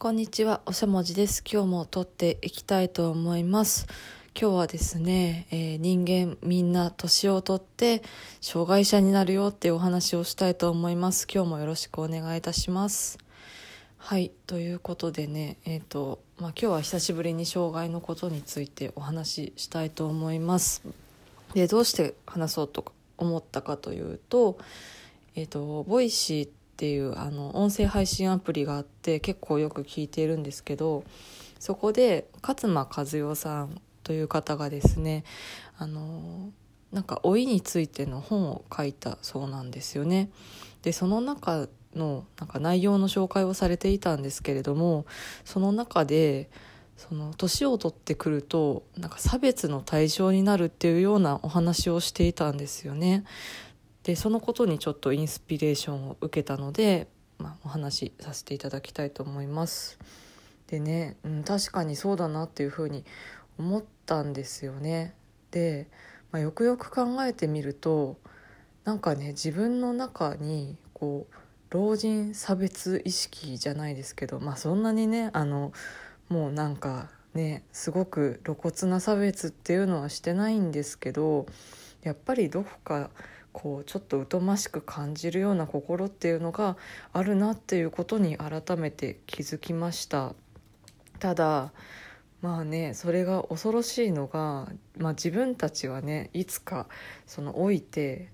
こんにちは、おしゃもじです。今日も撮っていきたいと思います。今日はですね、人間みんな年を取って障害者になるよっていうお話をしたいと思います。今日もよろしくお願いいたします。はい、ということでね、今日は久しぶりに障害のことについてお話ししたいと思います。で、どうして話そうと思ったかというと、ボイシーっていう音声配信アプリがあって結構よく聞いているんですけど、そこで勝間和代さんという方がですね、なんか老いについての本を書いたそうなんですよね。でその中のなんか内容の紹介をされていたんですけれども、その中でその年を取ってくるとなんか差別の対象になるっていうようなお話をしていたんですよね。でそのことにちょっとインスピレーションを受けたので、お話しさせていただきたいと思います。でね、確かにそうだなっていうふうに思ったんですよね。で、よくよく考えてみるとなんかね、自分の中にこう老人差別意識じゃないですけど、そんなにねもうなんかねすごく露骨な差別っていうのはしてないんですけど、やっぱりどこかこうちょっと疎ましく感じるような心っていうのがあるなっていうことに改めて気づきました。ただそれが恐ろしいのが、自分たちはねいつかその老いて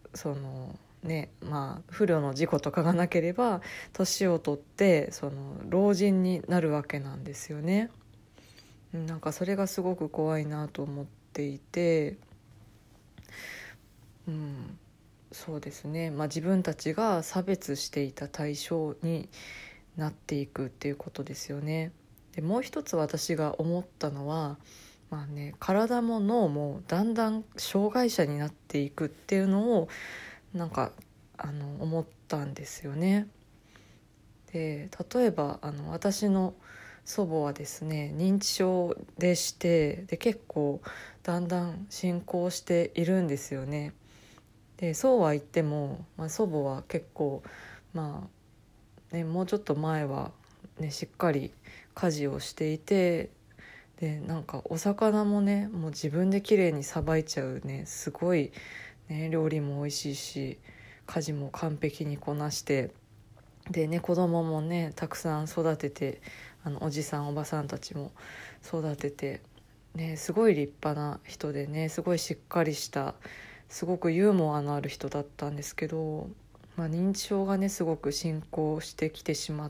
不慮の事故とかがなければ年を取ってその老人になるわけなんですよね。なんかそれがすごく怖いなと思っていて、そうですね、自分たちが差別していた対象になっていくっていうことですよね。でもう一つ私が思ったのは、体も脳もだんだん障害者になっていくっていうのをなんか思ったんですよね。で例えば私の祖母はですね認知症でして、で結構だんだん進行しているんですよね。でそうは言っても、祖母は結構もうちょっと前は、しっかり家事をしていて、でなんかお魚もねもう自分で綺麗にさばいちゃうね、すごい、料理も美味しいし家事も完璧にこなして、でね子供もねたくさん育てて、おじさんおばさんたちも育てて、すごい立派な人でね、すごいしっかりしたすごくユーモアのある人だったんですけど、認知症がねすごく進行してきてしまって、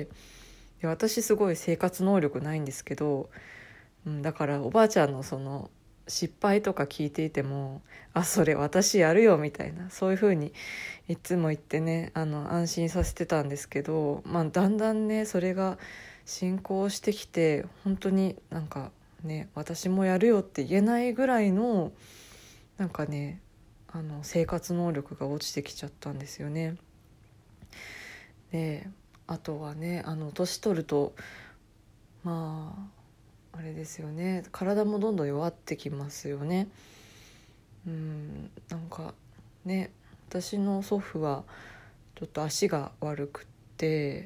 で私すごい生活能力ないんですけど、だからおばあちゃんのその失敗とか聞いていても、それ私やるよみたいな、そういう風にいつも言ってね安心させてたんですけど、だんだんねそれが進行してきて、本当になんかね私もやるよって言えないぐらいのなんかね生活能力が落ちてきちゃったんですよね。であとはね年取るとあれですよね、体もどんどん弱ってきますよね。なんかね、私の祖父はちょっと足が悪くって、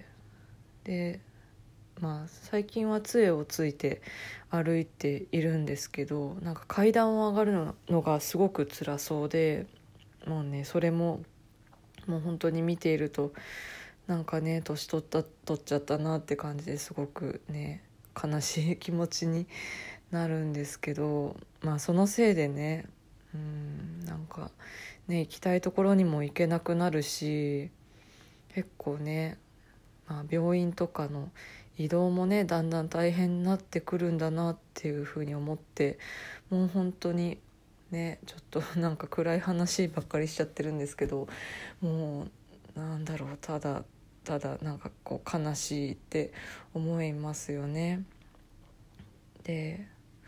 で最近は杖をついて歩いているんですけど、なんか階段を上がるのがすごく辛そうで、もうねそれももう本当に見ているとなんかね年取っちゃったなって感じですごくね悲しい気持ちになるんですけど、そのせいでねなんかね行きたいところにも行けなくなるし、結構ね、病院とかの移動もねだんだん大変になってくるんだなっていうふうに思って、もう本当にねちょっとなんか暗い話ばっかりしちゃってるんですけど、もうなんだろう、ただなんかこう悲しいって思いますよね。で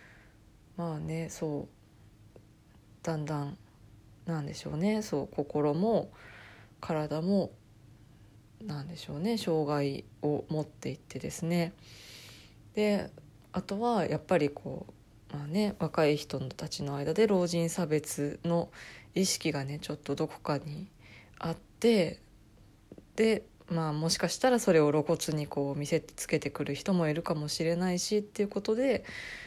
そうだんだんなんでしょうね、そう心も体もなんでしょうね障害を持っていってですね、であとはやっぱりこう若い人たちの間で老人差別の意識がねちょっとどこかにあって、でもしかしたらそれを露骨にこう見せつけてくる人もいるかもしれないしっていうことで、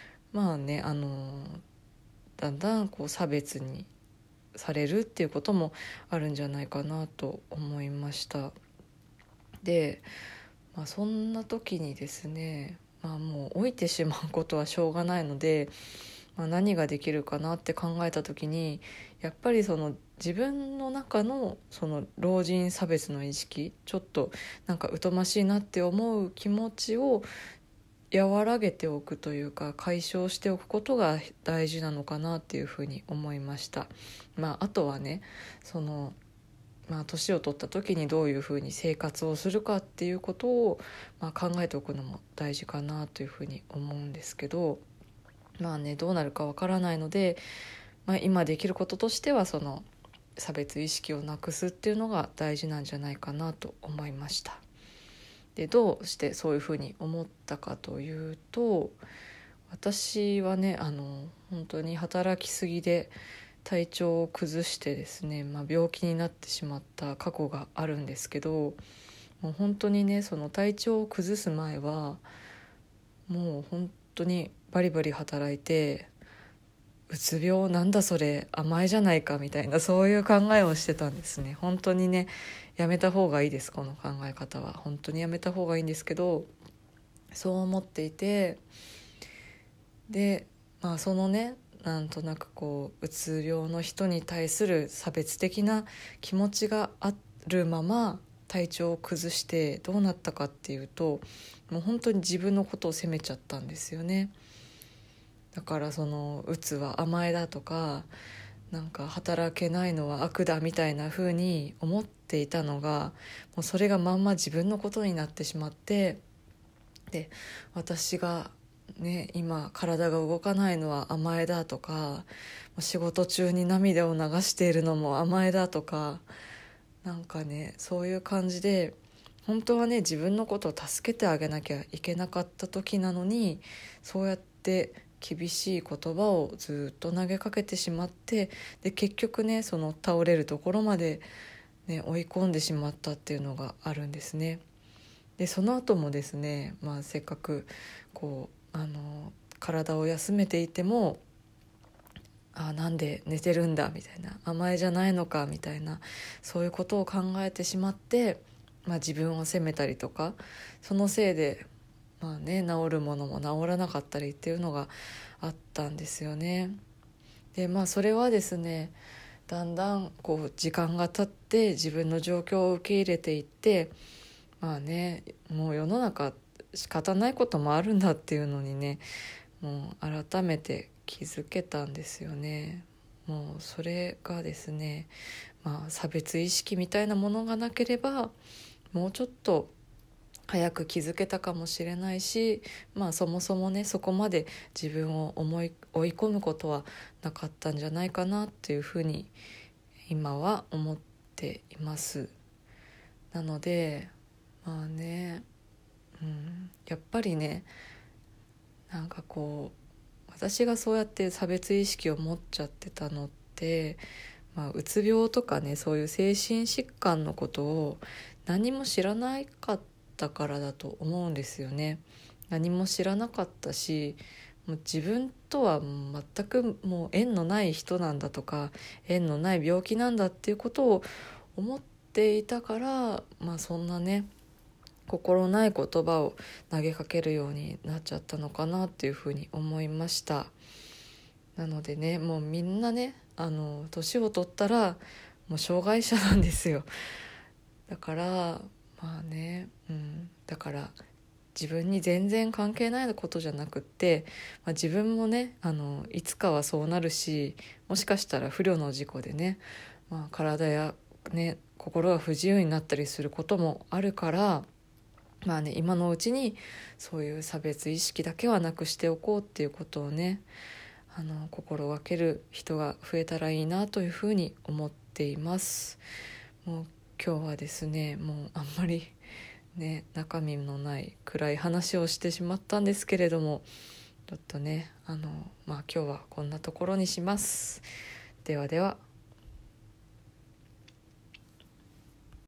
だんだんこう差別にされるっていうこともあるんじゃないかなと思いました。で、そんな時にですね、もう老いてしまうことはしょうがないので、何ができるかなって考えた時に、やっぱりその自分の中のその老人差別の意識、ちょっとなんか疎ましいなって思う気持ちを和らげておくというか解消しておくことが大事なのかなっていうふうに思いました。あとはね、その年を取った時にどういうふうに生活をするかっていうことを、考えておくのも大事かなというふうに思うんですけど、どうなるかわからないので、今できることとしてはその差別意識をなくすっていうのが大事なんじゃないかなと思いました。で、どうしてそういうふうに思ったかというと、私はね本当に働きすぎで体調を崩してですね、病気になってしまった過去があるんですけど、もう本当にね、その体調を崩す前はもう本当にバリバリ働いて、うつ病なんだそれ甘えじゃないかみたいな、そういう考えをしてたんですね。本当にね、やめた方がいいです。この考え方は本当にやめた方がいいんですけど、そう思っていて、でそのね、なんとなくこううつ病の人に対する差別的な気持ちがあるまま体調を崩して、どうなったかっていうと、もう本当に自分のことを責めちゃったんですよね。だからそのうつは甘えだとか、なんか働けないのは悪だみたいな風に思っていたのが、もうそれがまんま自分のことになってしまって、で、私がね、今体が動かないのは甘えだとか、仕事中に涙を流しているのも甘えだとか、なんかね、そういう感じで、本当はね、自分のことを助けてあげなきゃいけなかった時なのに、そうやって厳しい言葉をずっと投げかけてしまって、で結局ね、その倒れるところまで、追い込んでしまったっていうのがあるんですね。でその後もですね、せっかくこう体を休めていても、なんで寝てるんだみたいな、甘えじゃないのかみたいな、そういうことを考えてしまって、自分を責めたりとか、そのせいで治るものも治らなかったりっていうのがあったんですよね。でそれはですね、だんだんこう時間が経って自分の状況を受け入れていって、もう世の中仕方ないこともあるんだっていうのにね、もう改めて気づけたんですよね。もうそれがですね、差別意識みたいなものがなければ、もうちょっと早く気づけたかもしれないし、そもそもね、そこまで自分を追い込むことはなかったんじゃないかなっていうふうに今は思っています。なのでやっぱりね、なんかこう私がそうやって差別意識を持っちゃってたのって、うつ病とかね、そういう精神疾患のことを何も知らなかったからだと思うんですよね。何も知らなかったし、もう自分とは全くもう縁のない人なんだとか、縁のない病気なんだっていうことを思っていたから、そんなね、心ない言葉を投げかけるようになっちゃったのかなっていうふうに思いました。なのでね、もうみんなね、年を取ったらもう障害者なんですよ。だからだから自分に全然関係ないことじゃなくって、自分もねいつかはそうなるし、もしかしたら不慮の事故でね、体やね心が不自由になったりすることもあるから、今のうちにそういう差別意識だけはなくしておこうっていうことをね、心がける人が増えたらいいなというふうに思っています。もう今日はですね、もうあんまりね中身のない暗い話をしてしまったんですけれども、ちょっとね今日はこんなところにします。ではでは。